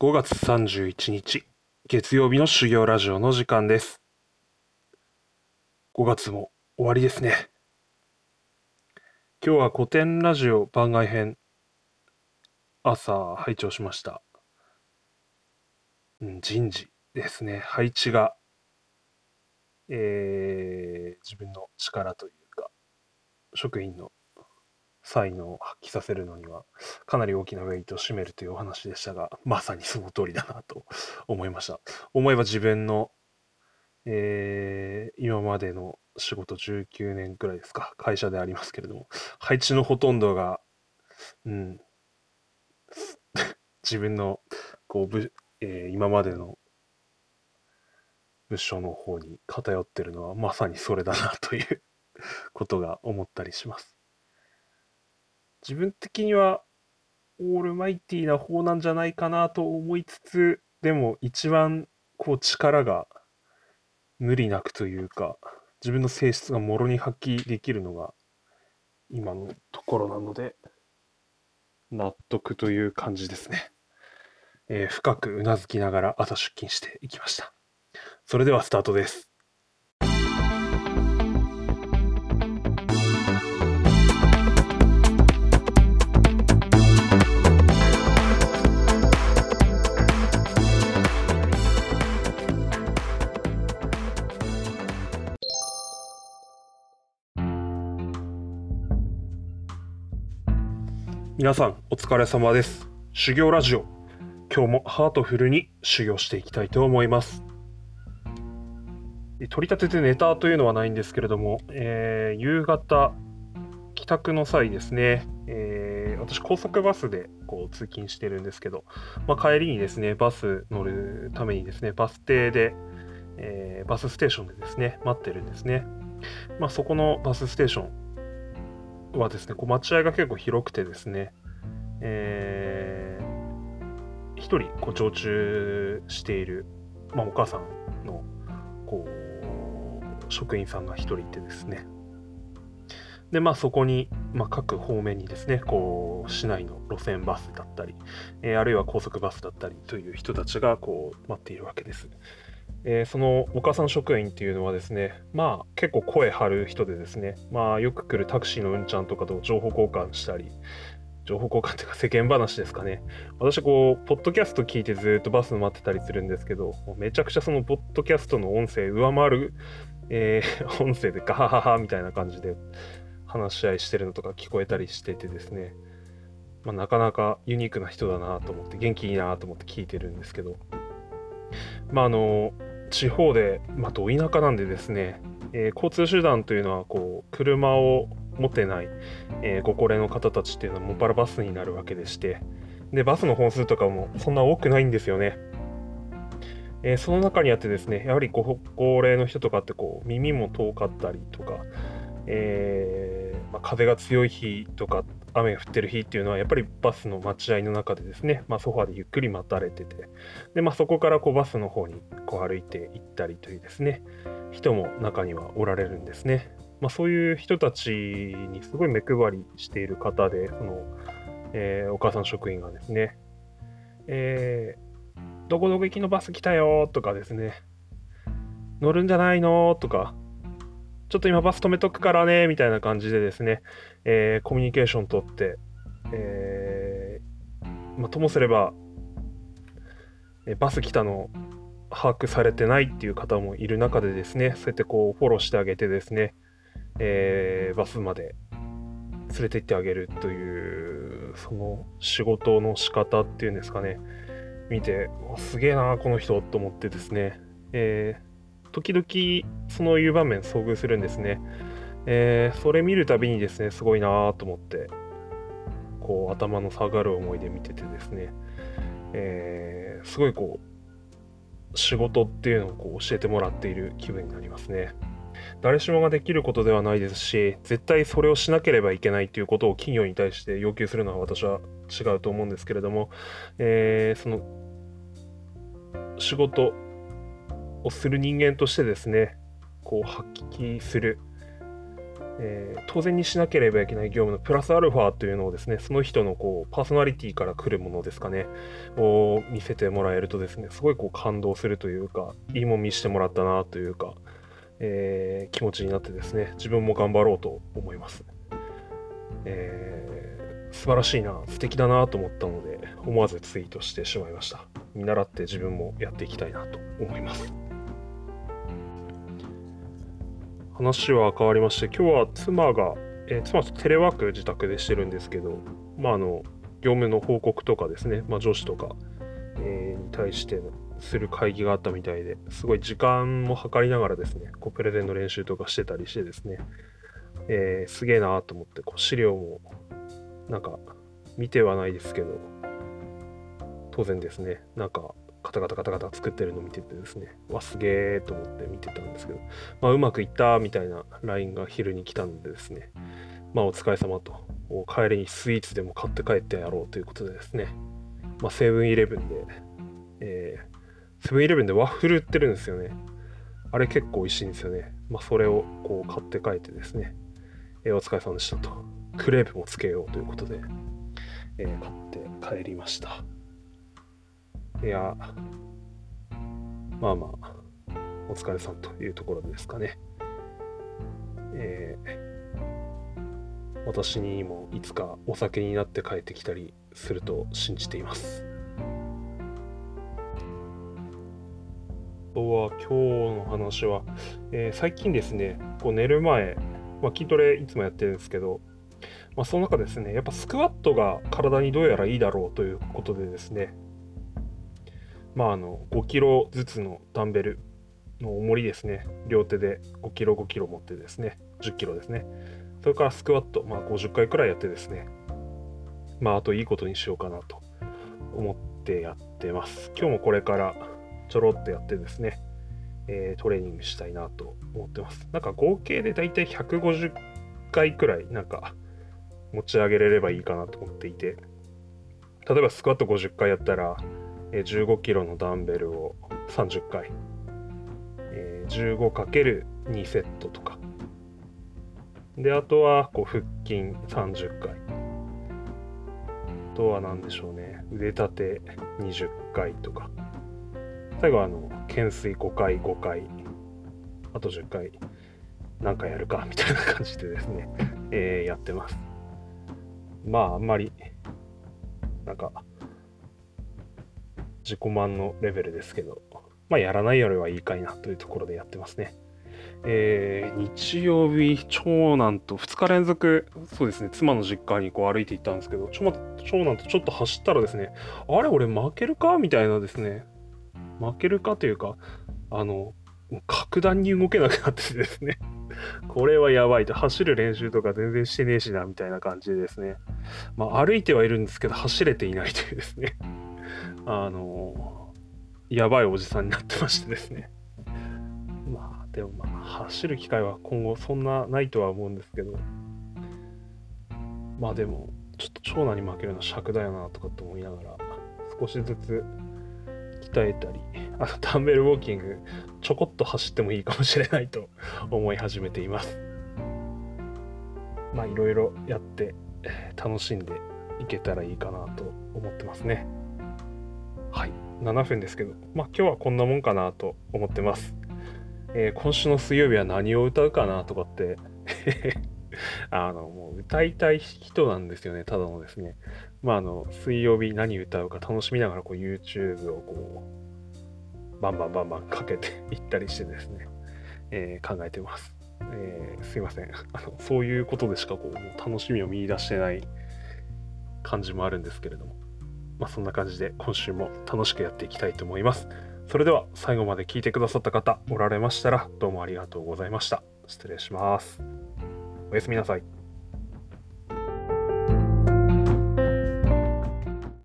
5月31日月曜日の修行ラジオの時間です。5月も終わりですね。今日は古典ラジオ番外編、朝拝聴しました。人事ですね。配置が、自分の力というか、職員の才能を発揮させるのにはかなり大きなウェイトを占めるというお話でしたが、まさにその通りだなと思いました。思えば自分の、今までの仕事19年くらいですか、会社でありますけれども、配置のほとんどが、うん、自分のこう今までの部署の方に偏ってるのはまさにそれだなということが思ったりします。自分的にはオールマイティーな方なんじゃないかなと思いつつ、でも一番こう力が無理なくというか、自分の性質がもろに発揮できるのが今のところなので、納得という感じですね。深くうなずきながら朝出勤していきました。それではスタートです。皆さんお疲れ様です。修行ラジオ、今日もハートフルに修行していきたいと思います。取り立ててネタというのはないんですけれども、夕方帰宅の際ですね、私高速バスでこう通勤してるんですけど、帰りにですねバス乗るためにですねバス停で、バスステーションでですね待ってるんですね。そこのバスステーションはですねこう待合が結構広くてですね、一人こう常駐している、お母さんのこう職員さんが一人いてですね、でそこに、各方面にですねこう市内の路線バスだったり、あるいは高速バスだったりという人たちがこう待っているわけです。そのお母さん職員っていうのはですね結構声張る人でですねよく来るタクシーのうんちゃんとかと情報交換したり、情報交換っていうか世間話ですかね。私こうポッドキャスト聞いてずっとバス待ってたりするんですけど、もうめちゃくちゃそのポッドキャストの音声上回る、音声でガハハハみたいな感じで話し合いしてるのとか聞こえたりしててですね、なかなかユニークな人だなと思って元気いいなと思って聞いてるんですけど、地方で、ど田舎なんでですね、交通手段というのはこう車を持ってない、ご高齢の方たちっていうのはもっぱらバスになるわけでして、でバスの本数とかもそんな多くないんですよね。その中にあってですね、やはりご高齢の人とかってこう耳も遠かったりとか、風が強い日とか雨が降ってる日っていうのはやっぱりバスの待合の中でですね、ソファーでゆっくり待たれてて、で、そこからこうバスの方にこう歩いて行ったりというですね人も中にはおられるんですね。そういう人たちにすごい目配りしている方で、その、お母さん職員がですね、どこどこ行きのバス来たよとかですね、乗るんじゃないのとか、ちょっと今バス止めとくからねみたいな感じでですね、コミュニケーション取って、ともすれば、バス来たの把握されてないっていう方もいる中でですね、そうやってこうフォローしてあげてですね、バスまで連れて行ってあげるというその仕事の仕方っていうんですかね、見てすげえなこの人と思ってですね、時々そういう場面遭遇するんですね。それ見るたびにですねすごいなと思ってこう頭の下がる思いで見ててですね、すごいこう仕事っていうのをこう教えてもらっている気分になりますね。誰しもができることではないですし、絶対それをしなければいけないということを企業に対して要求するのは私は違うと思うんですけれども、その仕事をする人間としてですねこう発揮する当然にしなければいけない業務のプラスアルファというのをですね、その人のパーソナリティから来るものですかね、を見せてもらえるとですね、すごい感動するというか、いいもん見してもらったなというか、気持ちになってですね、自分も頑張ろうと思います。素晴らしいな、素敵だなと思ったので、思わずツイートしてしまいました。見習って自分もやっていきたいなと思います。話は変わりまして、今日は妻とテレワーク自宅でしてるんですけど、業務の報告とかですね、上司とか、に対してする会議があったみたいで、すごい時間も計りながらですね、プレゼンの練習とかしてたりしてですね、すげえなと思って、資料もなんか見てはないですけど、当然ですね、なんかカタカタカタカタ作ってるの見ててですね、すげえと思って見てたんですけど、うまくいったみたいな LINE が昼に来たんでですね、お疲れ様と、帰りにスイーツでも買って帰ってやろうということでですね、セブンイレブンで、セブンイレブンでワッフル売ってるんですよね。あれ結構美味しいんですよね。それを買って帰ってですね、お疲れ様でしたと。クレープもつけようということで、買って帰りました。いや、お疲れさんというところですかね。私にもいつかお酒になって帰ってきたりすると信じています。あとは今日の話は、最近ですね、寝る前、筋トレいつもやってるんですけど、その中ですね、やっぱスクワットが体にどうやらいいだろうということでですね、5キロずつのダンベルの重りですね、両手で5キロ5キロ持ってですね、10キロですね、それからスクワット、50回くらいやってですね、あといいことにしようかなと思ってやってます。今日もこれからちょろっとやってですね、トレーニングしたいなと思ってます。なんか合計でだいたい150回くらいなんか持ち上げれればいいかなと思っていて、例えばスクワット50回やったら、15キロのダンベルを30回、15×2 セットとかで、あとは腹筋30回、あとは何でしょうね、腕立て20回とか、最後は懸垂5回5回、あと10回何回やるかみたいな感じでですね、やってます。あんまりなんか自己満のレベルですけど、やらないよりはいいかいなというところでやってますね。日曜日、長男と2日連続、そうですね、妻の実家に歩いて行ったんですけど、長男とちょっと走ったらですね、あれ、俺負けるかみたいなですね、負けるかというか、格段に動けなくなってですね、これはやばいと、走る練習とか全然してねえしな、みたいな感じでですね、歩いてはいるんですけど、走れていないというですね、やばいおじさんになってましてですね。でも走る機会は今後そんなないとは思うんですけど、でもちょっと長男に負けるのは尺だよなとかって思いながら、少しずつ鍛えたり、ダンベルウォーキングちょこっと走ってもいいかもしれないと思い始めています。いろいろやって楽しんでいけたらいいかなと思ってますね。はい、7分ですけど、今日はこんなもんかなと思ってます。今週の水曜日は何を歌うかなとかってもう歌いたい人なんですよね、ただのですね。水曜日何歌うか楽しみながらYouTube をバンバンかけていったりしてですね、考えてます。すいません。そういうことでしかもう楽しみを見出してない感じもあるんですけれども、そんな感じで今週も楽しくやっていきたいと思います。それでは最後まで聞いてくださった方おられましたらどうもありがとうございました。失礼します。おやすみなさい。